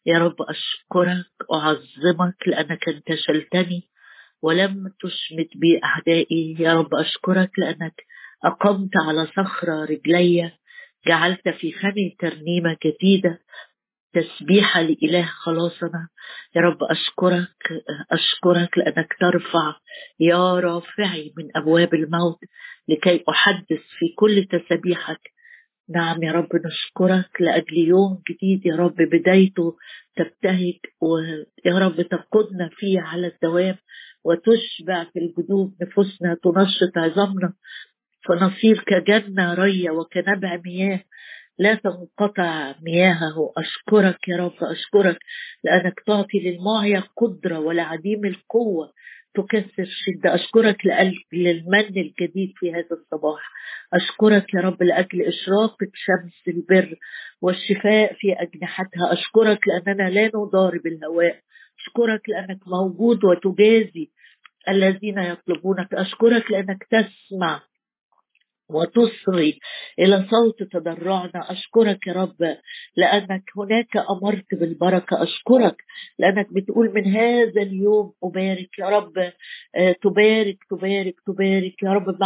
يا رب أشكرك أعظمك لأنك انتشلتني ولم تشمت بي أعدائي. يا رب أشكرك لأنك أقمت على صخرة رجلي، جعلت في فمي ترنيمة جديدة، تسبيحة لإله خلاصنا. يا رب أشكرك، أشكرك لأنك ترفع يا رافعي من أبواب الموت لكي أحدث في كل تسبيحك. نعم يا رب نشكرك لأجل يوم جديد يا رب بدايته تبتهج، ويا رب تقودنا فيه على الدوام وتشبع في الجدوب نفوسنا، تنشط عظامنا فنصير كجنة رية وكنبع مياه لا تنقطع مياهه. أشكرك يا رب، أشكرك لأنك تعطي للمعيا قدرة ولعديم القوة تكسر شدة. أشكرك لأجل المن الجديد في هذا الصباح. أشكرك يا رب لأجل إشراقة شمس البر والشفاء في أجنحتها. أشكرك لأننا لا نضارب الهواء. أشكرك لأنك موجود وتجازي الذين يطلبونك. أشكرك لأنك تسمع وتصغي إلى صوت تضرعنا. أشكرك يا رب لأنك هناك أمرت بالبركة. أشكرك لأنك بتقول من هذا اليوم أبارك يا رب. تبارك تبارك تبارك يا رب.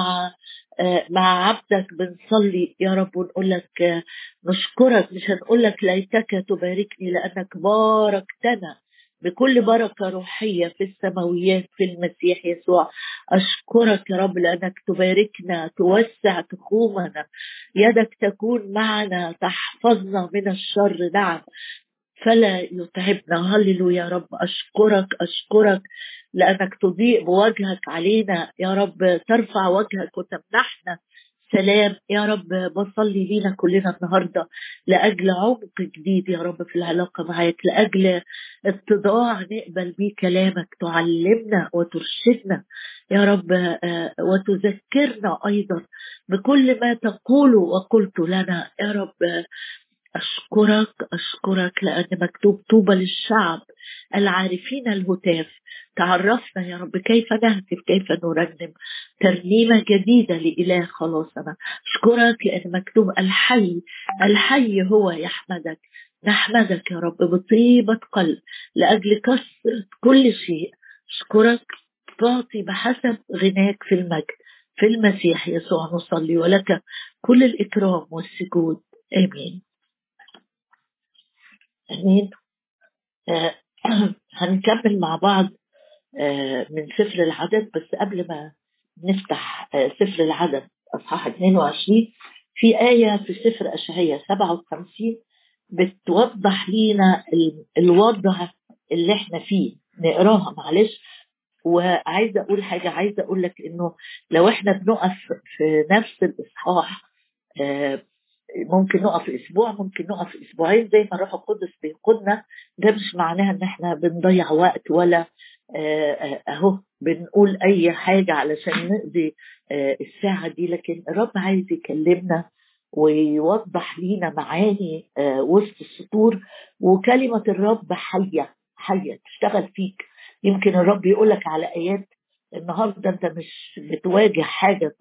مع عبدك بنصلي يا رب ونقول لك نشكرك. مش هنقول لك ليتك تباركني لأنك باركتنا بكل بركة روحية في السماويات في المسيح يسوع. أشكرك يا رب لأنك تباركنا، توسع تخومنا، يدك تكون معنا، تحفظنا من الشر. نعم فلا يتعبنا. هللويا يا رب. أشكرك أشكرك لأنك تضيء بوجهك علينا يا رب، ترفع وجهك وتمنحنا سلام. يا رب بصلي لينا كلنا النهاردة لأجل عمق جديد يا رب في العلاقة معاك، لأجل اتضاع نقبل بيه كلامك، تعلمنا وترشدنا يا رب، وتذكرنا أيضا بكل ما تقول وقلت لنا يا رب. أشكرك أشكرك لأن مكتوب طوبى للشعب العارفين الهتاف. تعرفنا يا رب كيف نهتف، كيف نرنم ترنيمة جديدة لإله خلاصنا. أشكرك لأن مكتوب الحي، الحي هو يحمدك. نحمدك يا رب بطيبة قلب لأجل كسر كل شيء. أشكرك تعطي بحسب غناك في المجد في المسيح يسوع. نصلي ولك كل الإكرام والسجود. آمين امين. آه هنكمل مع بعض من سفر العدد. بس قبل ما نفتح سفر العدد اصحاح 22، في آية في سفر أشعياء 57 بتوضح لينا الوضع اللي احنا فيه. نقراها معلش. وعايزة أقول حاجة، عايزة أقول لك إنه لو احنا بنقف في نفس الإصحاح ممكن نقف اسبوع، ممكن نقف اسبوعين زي ما الروح القدس بيقودنا. ده مش معناها ان احنا بنضيع وقت ولا اهو بنقول اي حاجة علشان نقضي الساعة دي، لكن الرب عايز يكلمنا ويوضح لينا معاني وسط السطور. وكلمة الرب حية حية تشتغل فيك. يمكن الرب يقولك على آيات النهاردة انت مش بتواجه حاجة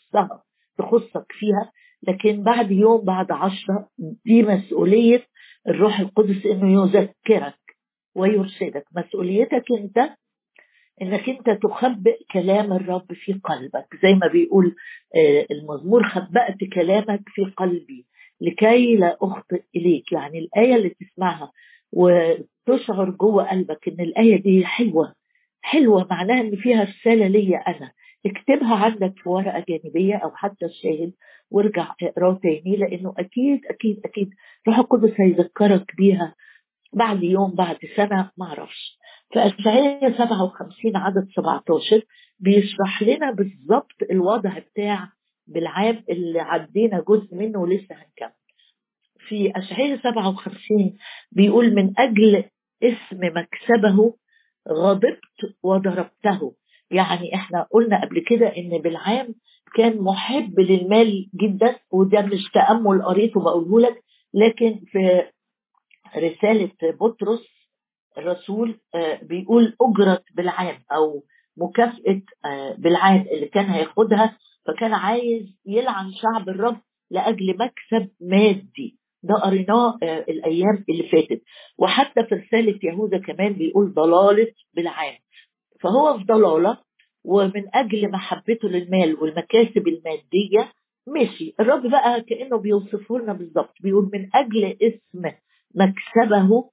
تخصك فيها، لكن بعد يوم بعد 10 دي مسؤولية الروح القدس انه يذكرك ويرشدك. مسؤوليتك انت انك انت تخبئ كلام الرب في قلبك، زي ما بيقول المزمور خبأت كلامك في قلبي لكي لا أخطئ إليك. يعني الآية اللي تسمعها وتشعر جوه قلبك ان الآية دي حلوة حلوة، معناها ان فيها رسالة ليا أنا. اكتبها عندك في ورقة جانبية أو حتى الشاهد وارجع اقراه تاني، لأنه أكيد أكيد أكيد روح القدس هيذكرك بيها بعد يوم بعد سنة معرفش. فأشعياء 57 عدد 17 بيشرح لنا بالضبط الوضع بتاع بالعام اللي عدينا جزء منه ولسه هنكمل. في أشعياء 57 بيقول من أجل اسم مكسبه غضبت وضربته. يعني احنا قلنا قبل كده ان بالعام كان محب للمال جدا، وده مش تأمل قريته بقوله لك، لكن في رسالة بطرس الرسول بيقول أجرة بالعام أو مكافأة بالعام اللي كان هياخدها. فكان عايز يلعن شعب الرب لأجل مكسب مادي ده قريناه الأيام اللي فاتت. وحتى في رسالة يهوذا كمان بيقول ضلالة بالعام. فهو في ضلالة، ومن أجل محبته للمال والمكاسب المادية ماشي. الرب بقى كأنه بيوصفه لنا بالظبط، بيقول من أجل اسم مكسبه،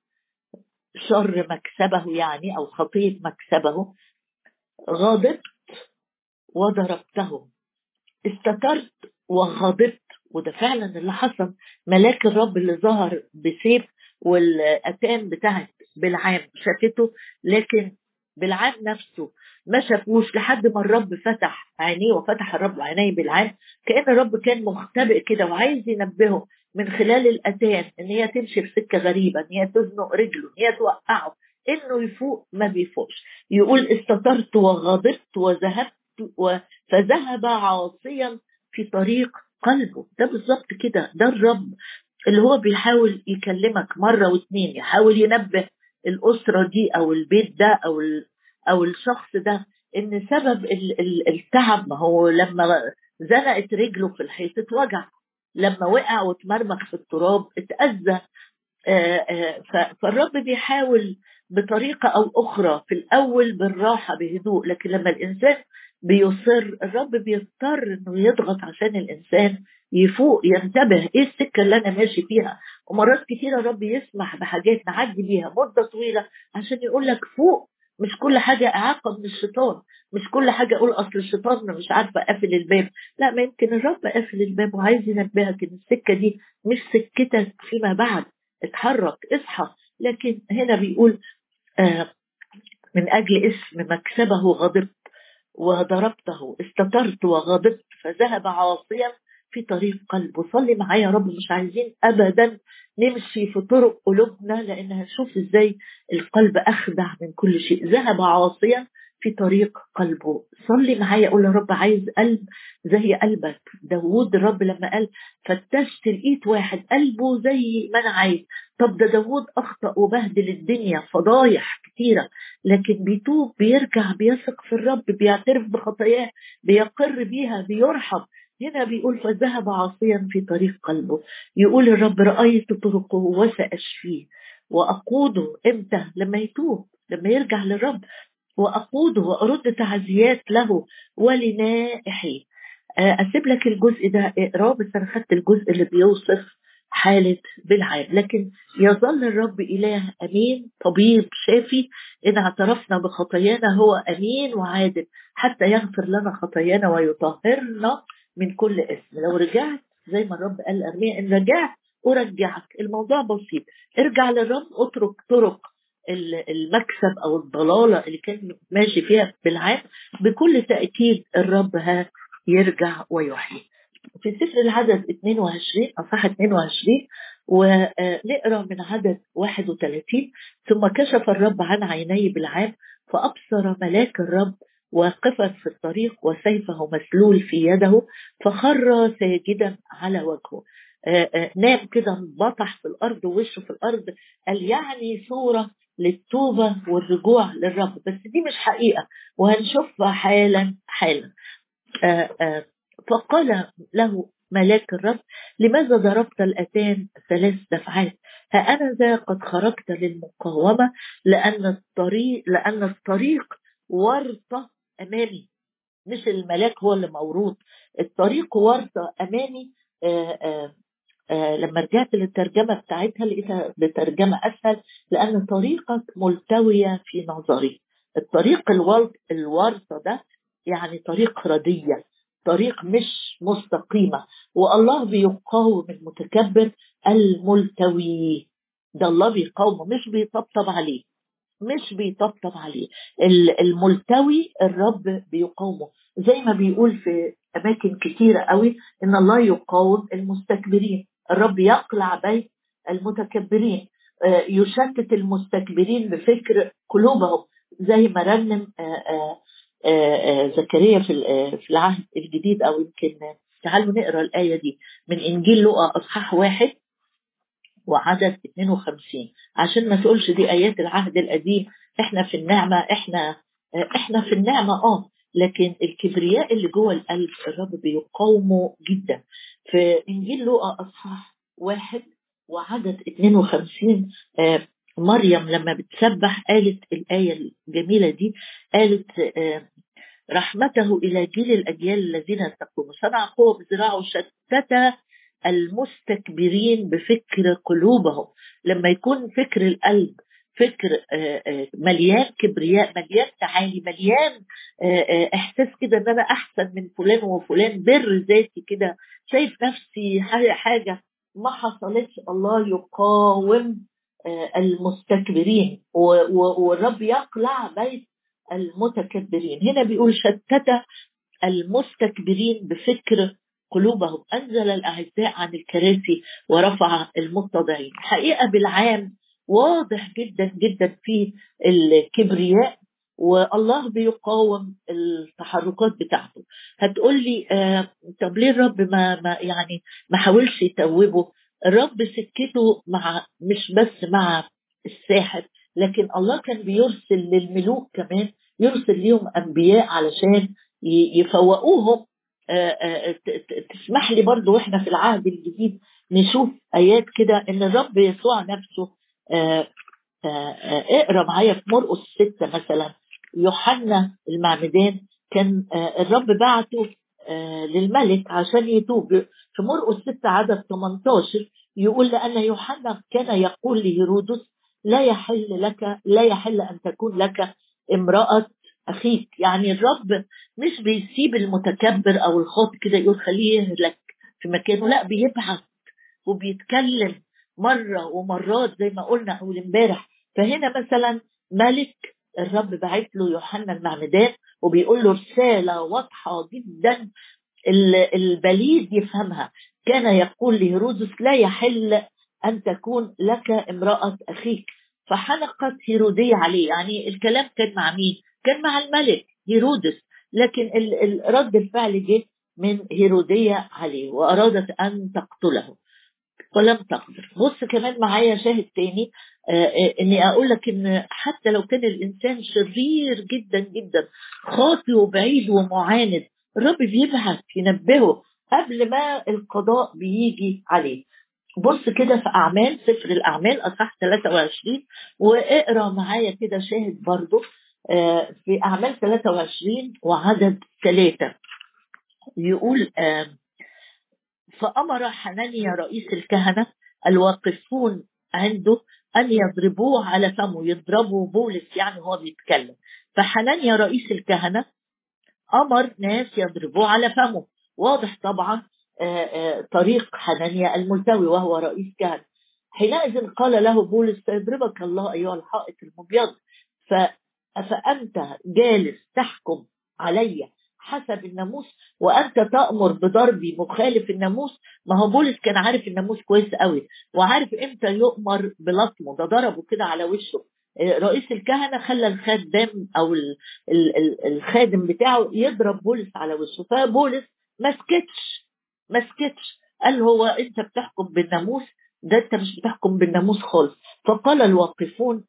شر مكسبه يعني أو خطية مكسبه، غضبت وضربته، استترت وغضبت. وده فعلا اللي حصل. ملاك الرب اللي ظهر بسيف، والأتان بتاعت بالعام شافته، لكن بالعام نفسه ما شافوش لحد ما الرب فتح عينيه، وفتح الرب عينيه بالعام. كأن الرب كان مختبئ كده وعايز ينبهه من خلال الأتان ان هي تمشي في سكة غريبة، ان هي تزنق رجله، ان هي توقعه، انه يفوق ما بيفوقش. يقول استترت وغضبت وذهبت فذهب عاصيا في طريق قلبه. ده بالظبط كده، ده الرب اللي هو بيحاول يكلمك مرة واتنين، يحاول ينبه الأسرة دي أو البيت ده أو الشخص ده إن سبب التعب. ما هو لما زنقت رجله في الحيط اتوجع، لما وقع واتمرمخ في التراب اتأذى. فالرب بيحاول بطريقة أو أخرى، في الأول بالراحة بهدوء، لكن لما الإنسان بيصر الرب بيضطر إنه يضغط عشان الإنسان يفوق، ينتبه إيه السكة اللي أنا ماشي فيها. ومرات كتيرة الرب يسمح بحاجات نعدي بيها مدة طويلة عشان يقول لك فوق. مش كل حاجة إعاقة من الشيطان، مش كل حاجة أقول أصل الشيطان مش عارفة قافل الباب. لا، ما يمكن الرب قافل الباب وعايز ينبهك إن السكة دي مش سكتك فيما بعد. اتحرك، اصحى. لكن هنا بيقول من أجل اسم مكسبه غضبت وضربته، استترت وغضبت فذهب عاصيا في طريق قلبه. صلي معايا يا رب، مش عايزين أبدا نمشي في طرق قلوبنا، لأن هنشوف إزاي القلب أخدع من كل شيء. ذهب عاصيا في طريق قلبه. صلي معايا، قول يا رب عايز قلب زي قلبك. داوود الرب لما قال فتشت لقيت واحد قلبه زي ما أنا عايز. طب ده داوود أخطأ وبهدل الدنيا فضايح كتيرة، لكن بيتوب، بيرجع، بيثق في الرب، بيعترف بخطاياه، بيقر بيها، بيرحم. هنا بيقول فذهب عاصيا في طريق قلبه. يقول الرب رأيت طرقه وسأشفيه وأقوده. امتى؟ لما يتوب، لما يرجع للرب. وأقوده وأرد تعزيات له ولنائحي. أسيب لك الجزء ده اقراه، بس أنا خدت الجزء اللي بيوصف حالة بالعام. لكن يظل الرب إله أمين طبيب شافي. إن اعترفنا بخطايانا هو أمين وعادل حتى يغفر لنا خطايانا ويطهرنا من كل اسم. لو رجعت زي ما الرب قال أرميا، إن رجعت أرجعك. الموضوع بسيط، ارجع للرب، اترك طرق المكسب أو الضلالة اللي كان ماشي فيها بالعام. بكل تأكيد الرب يرجع ويحيي. في سفر العدد 22 أصحاح 22 ونقرأ من عدد 31. ثم كشف الرب عن عيني بالعام فأبصر ملاك الرب واقفا في الطريق وسيفه مسلول في يده، فخر ساجدا على وجهه. نام كده، انبطح في الأرض ووشه في الأرض. قال يعني صورة للتوبة والرجوع للرب، بس دي مش حقيقة وهنشوفها حالا حالا. فقال له ملاك الرب لماذا ضربت الأتان 3 دفعات؟ ها أنا ذا قد خرجت للمقاومة، لأن الطريق ورطة أمامي. مش الملاك هو اللي مورود، الطريق ورطة أمامي. لما رجعت للترجمة بتاعتها لقيتها بترجمة أسهل، لأن طريقك ملتوية في نظري. الطريق الورطة ده يعني طريق ردية، طريق مش مستقيمة، والله بيقاوم المتكبر الملتوي. ده الله بيقاومه، مش بيطبطب عليه، مش بيطبطب عليه. الملتوي الرب بيقاومه، زي ما بيقول في أماكن كتيرة قوي إن الله يقاوم المستكبرين. الرب يقلع بيت المتكبرين، يشتت المستكبرين بفكر قلوبهم، زي ما رنم زكريا في العهد الجديد. أو يمكن تعالوا نقرأ الآية دي من إنجيل لوقا أصحاح 1 وعدد 52، عشان ما تقولش دي آيات العهد القديم. احنا في النعمة، احنا في النعمة لكن الكبرياء اللي جوه القلب الرب بيقاومه جدا. في إنجيل لوقا أصحاح 1 وعدد 52. مريم لما بتسبح قالت الآية الجميلة دي، قالت رحمته إلى جيل الأجيال الذين يتقون، صنع قوة بذراعه، شتت المستكبرين بفكر قلوبهم. لما يكون فكر القلب فكر مليان كبرياء، مليان تعالي، مليان احساس كده ان انا احسن من فلان وفلان، بر ذاتي كده، شايف نفسي حاجة ما حصلتش، الله يقاوم المستكبرين والرب يقلع بيت المتكبرين. هنا بيقول شتت المستكبرين بفكر قلوبهم، أنزل الأعزاء عن الكراسي ورفع المتضعين. حقيقة بالعام واضح جدا جدا في الكبرياء، والله بيقاوم التحركات بتاعته. هتقول لي طب ليه الرب ما يعني ما حاولش يتوبه؟ الرب سكته مع مش بس مع الساحر، لكن الله كان بيرسل للملوك كمان، يرسل ليهم أنبياء علشان يفوقوهم. تسمح لي برضو واحنا في العهد الجديد نشوف آيات كده ان الرب يسوع نفسه. اقرا معايا في مرقس 6 مثلا، يوحنا المعمدان كان الرب بعته للملك عشان يتوب. في مرقس 6 عدد 18 يقول لأن يوحنا كان يقول لهيرودس لا يحل أن تكون لك امرأة أخيك. يعني الرب مش بيسيب المتكبر أو الخاطئ كده يقول خليه يهلك في مكانه، لا بيبعث وبيتكلم مرة ومرات زي ما قلنا أول امبارح. فهنا مثلا ملك الرب بعت له يوحنا المعمدان وبيقول له رسالة واضحة جدا البليد يفهمها. كان يقول لهيرودس لا يحل أن تكون لك امرأة أخيك، فحنقت هيرودية عليه. يعني الكلام كان مع مين؟ كان مع الملك هيرودس، لكن رد الفعل جه من هيرودية عليه وأرادت أن تقتله ولم تقدر. بص كمان معايا شاهد تاني، اني اقول لك ان حتى لو كان الانسان شرير جدا جدا، خاطئ وبعيد ومعاند، الرب بيبعث ينبهه قبل ما القضاء بيجي عليه. بص كده في اعمال، سفر الاعمال اصحاح 23، واقرا معايا كده شاهد برضو في اعمال 23 وعدد 3 يقول فأمر حنانيا رئيس الكهنة الواقفون عنده أن يضربوه على فمه، يضربوا بولس يعني هو بيتكلم. فحنانيا رئيس الكهنة أمر ناس يضربوه على فمه. واضح طبعا طريق حنانيا الملتوي وهو رئيس كهنة. حينئذ قال له بولس سيضربك الله أيها الحائط المبيض، فأنت جالس تحكم علي حسب الناموس وأنت تأمر بضربي مخالف الناموس. ما هو بولس كان عارف الناموس كويس قوي وعارف امتى يؤمر بلطمه، ده ضربه كده على وشه. رئيس الكهنة خلى الخدام أو الخادم بتاعه يضرب بولس على وشه، فبولس ما سكتش قال هو انت بتحكم بالناموس؟ ده انت مش بتحكم بالناموس خالص. فقال الواقفون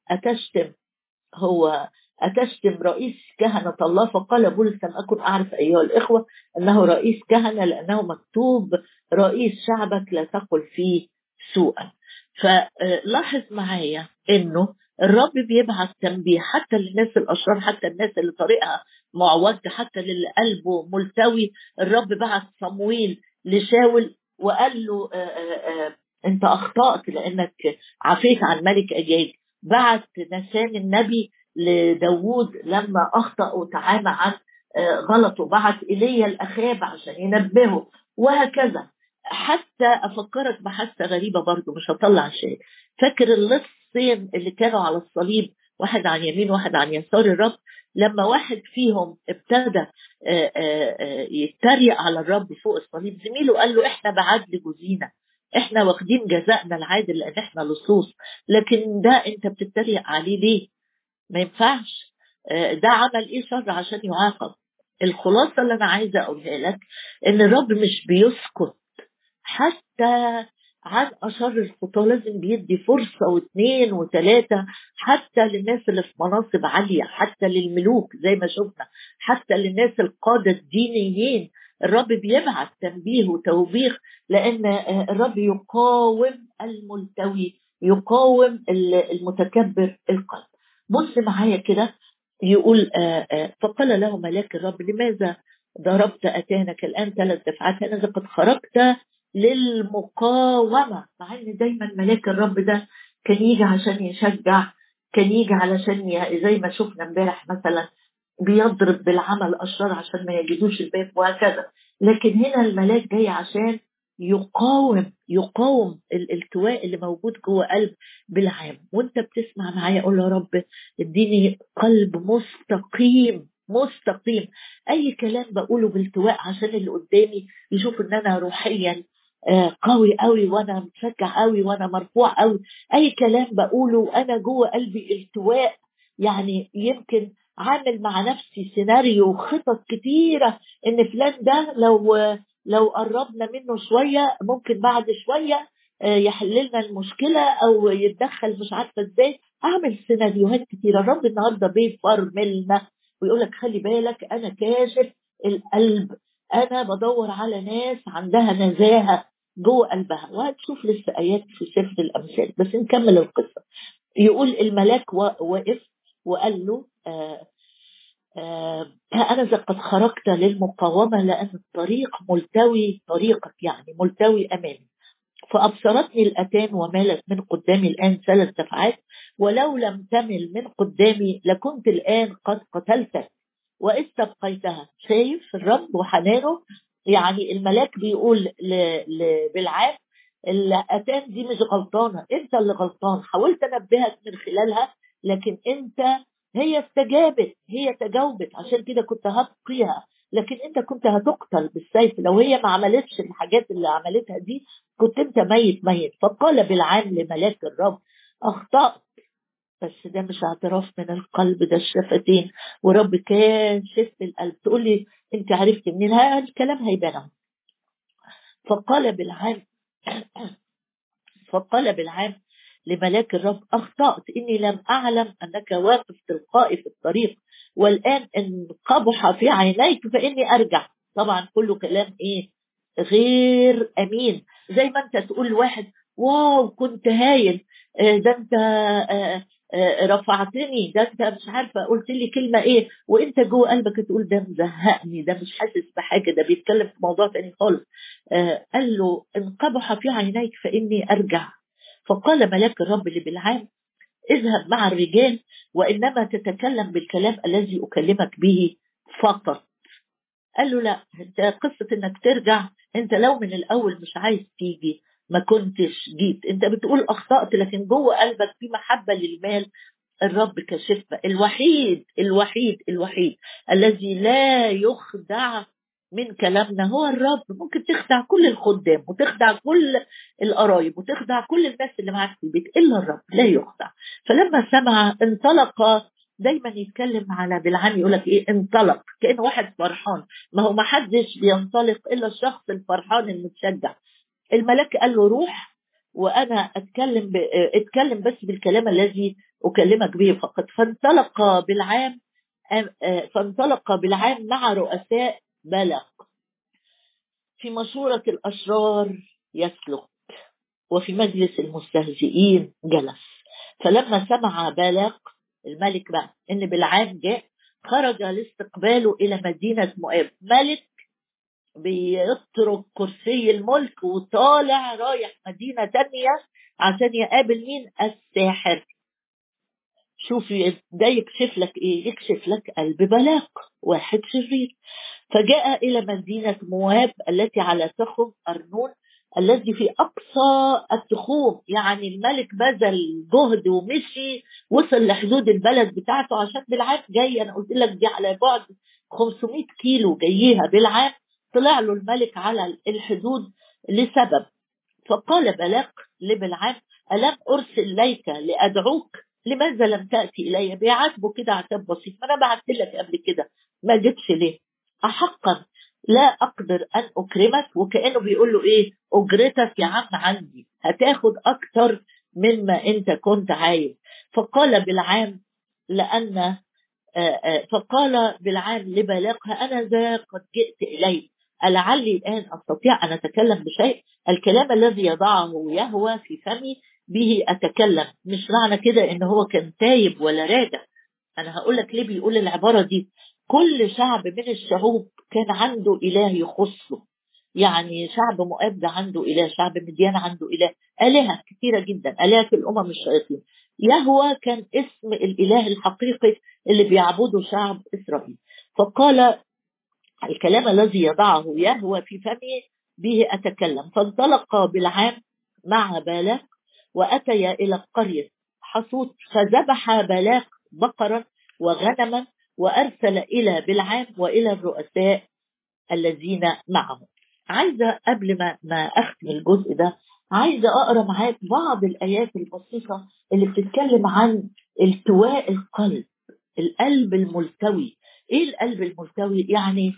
أتشتم رئيس كهنة الله؟ فقال بولس لم أكن أعرف أيها الإخوة أنه رئيس كهنة، لأنه مكتوب رئيس شعبك لا تقل فيه سوءا. فلاحظ معايا أنه الرب بيبعث تنبيه حتى للناس الأشرار، حتى الناس اللي طريقها معوج، حتى للي قلبه ملتوي. الرب بعث صمويل لشاول وقال له أنت أخطأت لأنك عفيت عن ملك أجاج. بعت نسان النبي لداود لما أخطأ وتعامى عن غلطه، بعت إلي الأخاب عشان ينبهه، وهكذا. حتى أفكرك بحثة غريبة برضو مش هطلع شيء. فاكر اللصين اللي كانوا على الصليب، واحد عن يمين واحد عن يسار الرب؟ لما واحد فيهم ابتدى يتريق على الرب فوق الصليب، زميله قال له احنا بعدل جزينا، احنا واخدين جزائنا العادل لان احنا لصوص، لكن ده انت بتتريق عليه ليه؟ ما ينفعش. ده عمل ايه شر عشان يعاقب؟ الخلاصة اللي انا عايزة اقولها لك ان الرب مش بيسكت حتى عن أشر الخطاة، لازم بيدي فرصة واثنين وثلاثة، حتى للناس اللي في مناصب عالية، حتى للملوك زي ما شفنا، حتى للناس القادة الدينيين. الرب بيبعث تنبيه وتوبيخ، لأن الرب يقاوم الملتوي، يقاوم المتكبر القلب. بص معايا كده، يقول فقال له ملاك الرب لماذا ضربت أتانك الآن 3 دفعات؟ أنا قد خرجت للمقاومة. مع ان دايما ملاك الرب ده كان يجي عشان يشجع، كان يجي علشان زي ما شفنا امبارح مثلا بيضرب بالعمل الاشرار عشان ما يجدوش الباب وهكذا. لكن هنا الملاك جاي عشان يقاوم الالتواء اللي موجود جوه قلب بلعام. وانت بتسمع معايا قول يا رب اديني قلب مستقيم مستقيم. اي كلام بقوله بالتواء عشان اللي قدامي يشوف ان انا روحيا قوي قوي وانا متشجع قوي وانا مرفوع قوي. اي كلام بقوله انا جوه قلبي التواء، يعني يمكن عامل مع نفسي سيناريو وخطط كتيره ان فلان ده لو قربنا منه شويه ممكن بعد شويه يحل لنا المشكله او يتدخل مش عارفه ازاي. اعمل سيناريوهات كتيره. الرب النهارده بيفرملنا ويقول لك خلي بالك انا كاشف القلب، انا بدور على ناس عندها نزاهه جوه قلبها. وهتشوف لسه ايات في سفر الامثال، بس نكمل القصه. يقول الملاك وقف وقال له أنا إذا قد خرجت للمقاومة لأن الطريق ملتوي، طريقك يعني ملتوي أمامي. فأبصرتني الأتان ومالت من قدامي الآن 3 دفعات، ولو لم تمل من قدامي لكنت الآن قد قتلتك واستبقيتها. شايف الرب وحنانه؟ يعني الملاك بيقول بالعام الأتان دي مش غلطانة، انت اللي غلطان، حاولت انبهك من خلالها لكن انت، هي استجابت، هي تجاوبت، عشان كده كنت هبقيها، لكن انت كنت هتقتل بالسيف. لو هي ما عملتش الحاجات اللي عملتها دي كنت انت ميت ميت. فقال بالعام لملاك الرب اخطأت. بس ده مش اعتراف من القلب، ده الشفتين. ورب كان شف القلب. تقول لي انت عرفت منين؟ الكلام هيبان. فقال بالعام فقال بالعام لملاك الرب اخطأت اني لم اعلم انك واقف تلقائي في الطريق، والان ان قبح في عينيك فاني ارجع. طبعا كله كلام ايه؟ غير امين. زي ما انت تقول لواحد واو كنت هايل، ده انت رفعتني، ده انت مش عارفه قلت لي كلمه ايه، وانت جوه قلبك تقول ده مزهقني، ده مش حاسس بحاجه، ده بيتكلم في موضوع تاني خالص. قال له ان قبح في عينيك فاني ارجع. فقال ملاك الرب لبلعام اذهب مع الرجال وانما تتكلم بالكلام الذي اكلمك به فقط. قال له لا، انت قصه انك ترجع، انت لو من الاول مش عايز تيجي ما كنتش جيت. انت بتقول اخطأت لكن جوه قلبك في محبه للمال. الرب كشفة الوحيد الذي لا يخدع من كلامنا هو الرب. ممكن تخدع كل الخدام وتخدع كل القرايب وتخدع كل الناس اللي معاك في البيت إلا الرب لا يخدع. فلما سمع انطلق. دايما يتكلم على بالعام يقول لك ايه؟ انطلق، كأن واحد فرحان. ما هو ما حدش بينطلق الا الشخص الفرحان المتشجع. الملاك قال له روح وانا اتكلم بس بالكلام الذي اكلمك به فقط. فانطلق بالعام مع رؤساء بلق في مشورة الاشرار يسلك وفي مجلس المستهزئين جلس. فلما سمع بلق الملك بقى ان بالعام جاء خرج لاستقباله الى مدينة مؤاب. ملك بيترك كرسي الملك وطالع رايح مدينة تانية عشان يقابل مين؟ الساحر. شوفي ده يكشف لك ايه؟ يكشف لك قلب بلاق، واحد شرير. فجاء الى مدينة مواب التي على تخم ارنون الذي في اقصى التخوم. يعني الملك بذل جهد ومشي وصل لحدود البلد بتاعته عشان بالعام جاي. انا قلت لك دي على بعد 500 كيلو جاييها بالعام. طلع له الملك على الحدود لسبب. فقال بلاق لبلعام ألم أرسل ليك لأدعوك؟ لماذا لم تأتي إلي؟ بيعاتبه كده عتاب بسيط، ما أنا بعت لك قبل كده ما جيتش ليه؟ أحقا لا أقدر أن أكرمك. وكأنه بيقول له إيه؟ أجرتك يا عم عندي، هتاخد أكتر مما أنت كنت عايز. فقال بالعام فقال بالعام لبلاق أنا ذا قد جئت إلي ألعلي الآن أستطيع أن أتكلم بشيء؟ الكلام الذي يضعه يهوى في فمي به أتكلم. مش معنى كده إن هو كان تايب ولا راجع. أنا هقول لك ليه بيقول العبارة دي. كل شعب من الشعوب كان عنده إله يخصه. يعني شعب مؤاب ده عنده إله، شعب مديان عنده إله، آلهة كثيرة جدا، آلهة الأمم الشياطين. يهوى كان اسم الإله الحقيقي اللي بيعبده شعب إسرائيل. فقال الكلام الذي يضعه يهوى في فمي به أتكلم. فانطلق بالعام مع بالاق وأتيا إلى قرية حصوت، فذبح بالاق بقرا وغنما وأرسل إلى بلعام وإلى الرؤساء الذين معه. عايزة قبل ما أختم الجزء ده، عايزة أقرأ معاك بعض الآيات البسيطة اللي بتتكلم عن التواء القلب، القلب الملتوي. ايه القلب الملتوي؟ يعني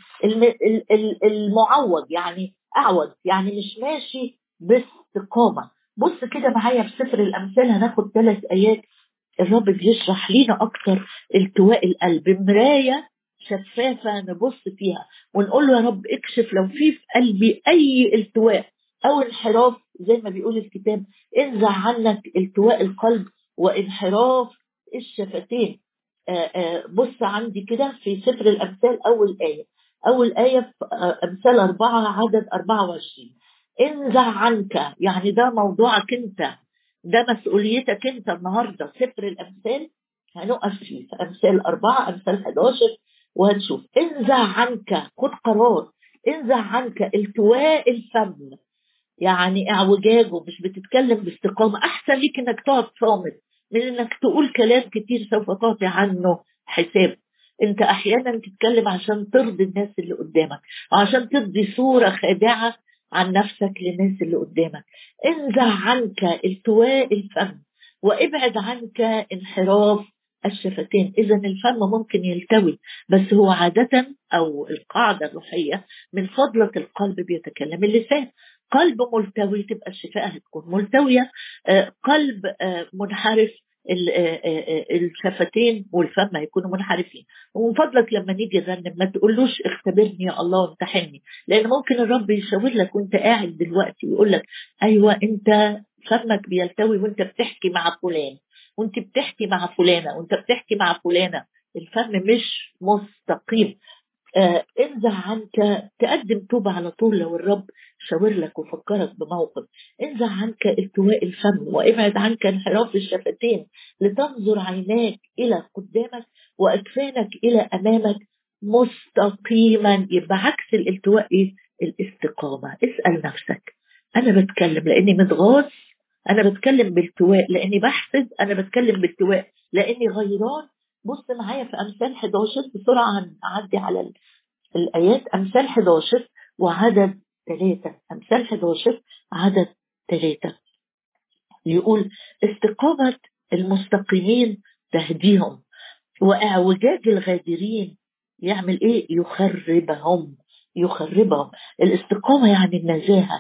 المعوج، يعني اعوج، يعني مش ماشي باستقامه. بص كده معايا في سفر الامثال، هناخد 3 ايات الرب بيشرح لينا اكتر التواء القلب. مرايه شفافه نبص فيها ونقول له يا رب اكشف لو في قلبي اي التواء او انحراف، زي ما بيقول الكتاب انزع عنك التواء القلب وانحراف الشفتين. بص عندي كده في سفر الأمثال أول آية في أمثال 4 عدد 24. انزع عنك، يعني ده موضوعك أنت، ده مسؤوليتك أنت النهاردة. سفر الأمثال هنقف فيه في أمثال 4 أمثال 11 وهنشوف. انزع عنك، خد قرار، انزع عنك التواء الفم، يعني اعوجاجه، مش بتتكلم باستقامة. أحسن ليك إنك تقعد صامت من إنك تقول كلام كتير سوف تعطي عنه حساب. أنت أحيانا تتكلم عشان ترضي الناس اللي قدامك، عشان تدي صورة خادعة عن نفسك للناس اللي قدامك. انزع عنك التواء الفم وابعد عنك انحراف الشفتين. إذا الفم ممكن يلتوي، بس هو عادة أو القاعدة الروحية من فضلة القلب بيتكلم اللسان. قلب ملتوي تبقى الشفاء هتكون ملتوية. قلب منحرف الشفتين والفم هيكونوا منحرفين. ومن فضلك لما نيجي نرنم ما تقولوش اختبرني يا الله وامتحني، لان ممكن الرب يشاور لك وانت قاعد دلوقتي ويقول لك ايوه انت فمك بيلتوي وانت بتحكي مع فلان، وانت بتحكي مع فلانه، وانت بتحكي مع فلانه، الفم مش مستقيم. انزع عنك، تقدم توبة على طول لو الرب شاور لك وفكرك بموقف. انزع عنك التواء الفم وابعد عنك انحراف الشفتين، لتنظر عيناك إلى قدامك وأكفانك إلى أمامك مستقيما. يبقى عكس الالتواء إيه؟ الاستقامة. اسأل نفسك، أنا بتكلم لأني متغاظ؟ أنا بتكلم بالتواء لأني بحسد؟ أنا بتكلم بالتواء لأني غيران؟ بص معايا في أمثال 11 بسرعة، هنعدي على الآيات. أمثال 11 وعدد 3. أمثال 11 عدد 3 يقول استقامة المستقيمين تهديهم، واعوجاج الغادرين يعمل ايه؟ يخربهم. يخربهم. الاستقامة يعني النزاهة.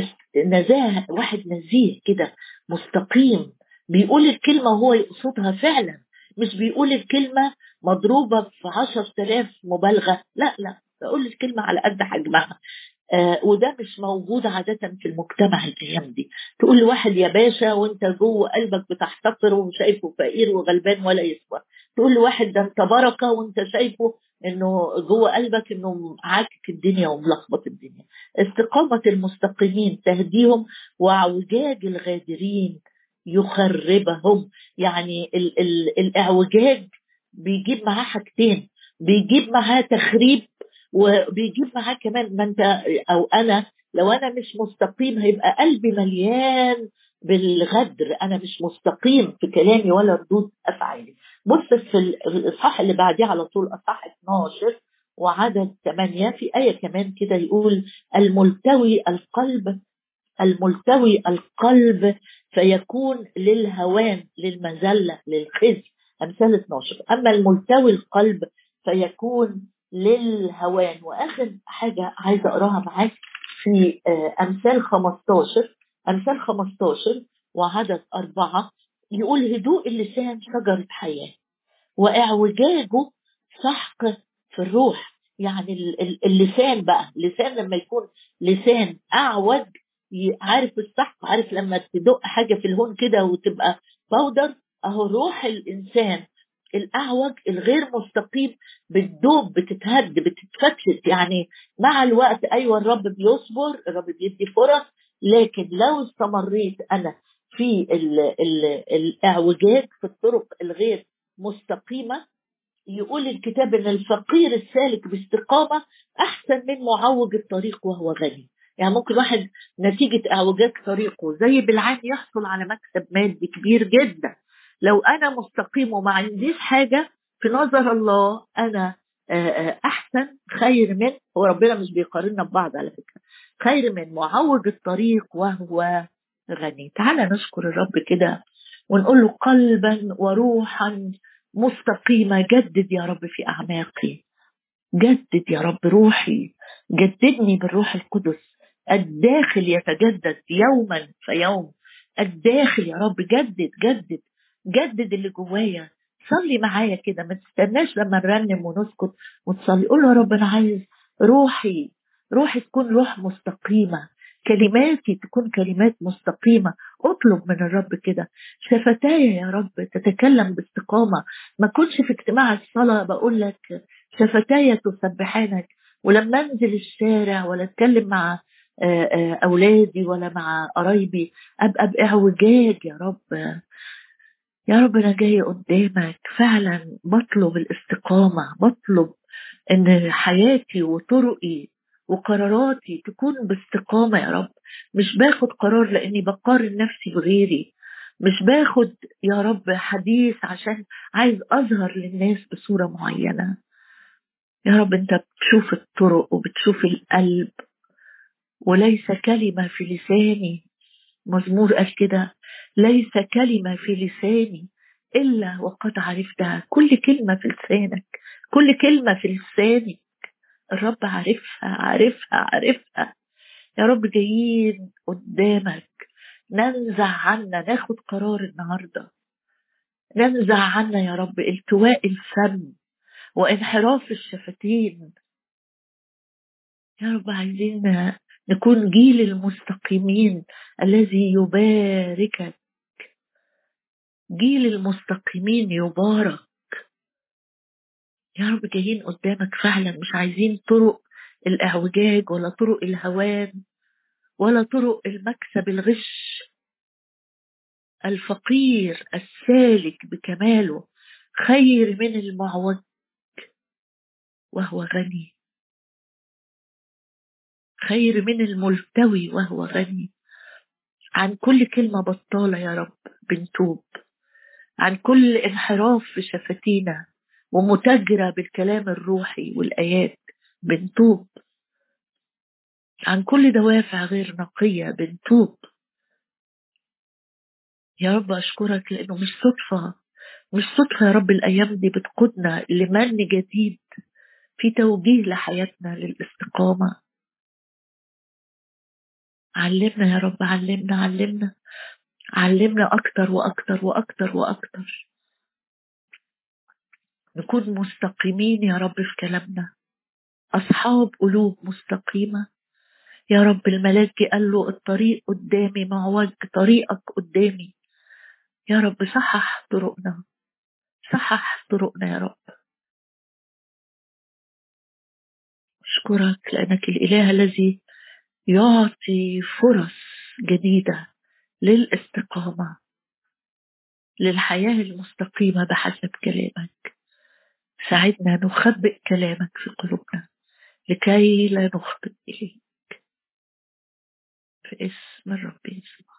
نزاهة، واحد نزيه كده مستقيم، بيقول الكلمة وهو يقصدها فعلا، مش بيقول الكلمة مضروبة في 10,000 مبالغة، لا لا، بقول الكلمة على قد حجمها. وده مش موجود عادة في المجتمع الأيام دي. تقول لواحد يا باشا وانت جوه قلبك بتحتقره وشايفه فقير وغلبان ولا يسوى. تقول لواحد ده انت بركة وانت شايفه انه جوه قلبك انه عاكك الدنيا وملخبط الدنيا. استقامة المستقيمين تهديهم، واعوجاج الغادرين يخربهم. يعني الاعوجاج بيجيب معاه حاجتين، بيجيب معاه تخريب وبيجيب معاه كمان، ما انت او انا لو انا مش مستقيم هيبقى قلبي مليان بالغدر، انا مش مستقيم في كلامي ولا ردود افعالي. بص في الاصحاح اللي بعديه على طول، اصحاح 12 وعدد 8، في آية كمان كده يقول الملتوي القلب، الملتوي القلب فيكون للهوان للمذلة للخزي. أمثال 12. أما الملتوي القلب فيكون للهوان. وآخر حاجة عايزة أقراها معاك في أمثال 15. أمثال 15 وعدد 4 يقول هدوء اللسان شجرة حياة، واعوجاجه سحق في الروح. يعني اللسان بقى، اللسان لما يكون لسان أعوج، عارف الصح، عارف لما تدق حاجة في الهون كده وتبقى باودر، أهو روح الإنسان الأعوج الغير مستقيم بتدوب، بتتهد، بتتفتت. يعني مع الوقت أيوة الرب بيصبر، الرب بيدي فرص، لكن لو استمريت أنا في الإعوجاج في الطرق الغير مستقيمة، يقول الكتاب ان الفقير السالك باستقامة احسن من معوج الطريق وهو غني. يعني ممكن واحد نتيجة اعوجاج طريقه زي بالعين يحصل على مكسب مادي كبير جدا. لو انا مستقيم وما عنديش حاجة في نظر الله، انا احسن، خير من، هو ربنا مش بيقارننا ببعض على فكرة، خير من معوج الطريق وهو غني. تعالى نشكر الرب كده ونقول له قلبا وروحا مستقيمة، جدد يا رب في أعماقي، جدد يا رب روحي، جددني بالروح القدس. الداخل يتجدد يوما فيوم، الداخل يا رب جدد جدد جدد اللي جوايا. صلي معايا كده، ما تستناش لما نرنم ونسكت وتصلي، قول يا رب انا عايز روحي تكون روح مستقيمة، كلماتي تكون كلمات مستقيمة. اطلب من الرب كده، شفتاي يا رب تتكلم باستقامة. ما كنتش في اجتماع الصلاة بقول لك شفتاي تسبحانك، ولما انزل الشارع ولا اتكلم مع اولادي ولا مع قرايبي ابقى باعوجاج. يا رب يا رب انا جاي قدامك فعلا بطلب الاستقامة، بطلب ان حياتي وطرقي وقراراتي تكون باستقامة يا رب. مش باخد قرار لاني بقارن نفسي بغيري، مش باخد يا رب حديث عشان عايز اظهر للناس بصورة معينة. يا رب انت بتشوف الطرق وبتشوف القلب، وليس كلمة في لساني، مزمور قال كده، ليس كلمة في لساني إلا وقد عرفتها. كل كلمة في لسانك، كل كلمة في لساني الرب عارفها عارفها عارفها. يا رب جايين قدامك ننزع عنا، ناخد قرار النهاردة، ننزع عنا يا رب التواء الفم وانحراف الشفتين. يا رب عايزين نكون جيل المستقيمين الذي يباركك، جيل المستقيمين يبارك. يا رب جايين قدامك فعلا مش عايزين طرق الاعوجاج ولا طرق الهوان ولا طرق المكسب الغش. الفقير السالك بكماله خير من المعوج وهو غني، خير من الملتوي وهو غني. عن كل كلمة بطالة يا رب بنتوب، عن كل انحراف في شفتينا ومتاجرة بالكلام الروحي والآيات بنتوب، عن كل دوافع غير نقية بنتوب. يا رب أشكرك لأنه مش صدفة، مش صدفة يا رب الأيام دي بتقودنا لمن جديد في توجيه لحياتنا للاستقامة. علمنا يا رب، علمنا علمنا علمنا أكتر وأكتر وأكتر وأكتر، نكون مستقيمين يا رب في كلامنا، أصحاب قلوب مستقيمة. يا رب الملاك قال له الطريق قدامي معوج، طريقك قدامي. يا رب صحح طرقنا، صحح طرقنا يا رب. أشكرك لأنك الإله الذي يعطي فرص جديدة للاستقامة، للحياة المستقيمة بحسب كلامك. ساعدنا نخبئ كلامك في قلوبنا لكي لا نخطئ إليه، في اسم الرب يسوع.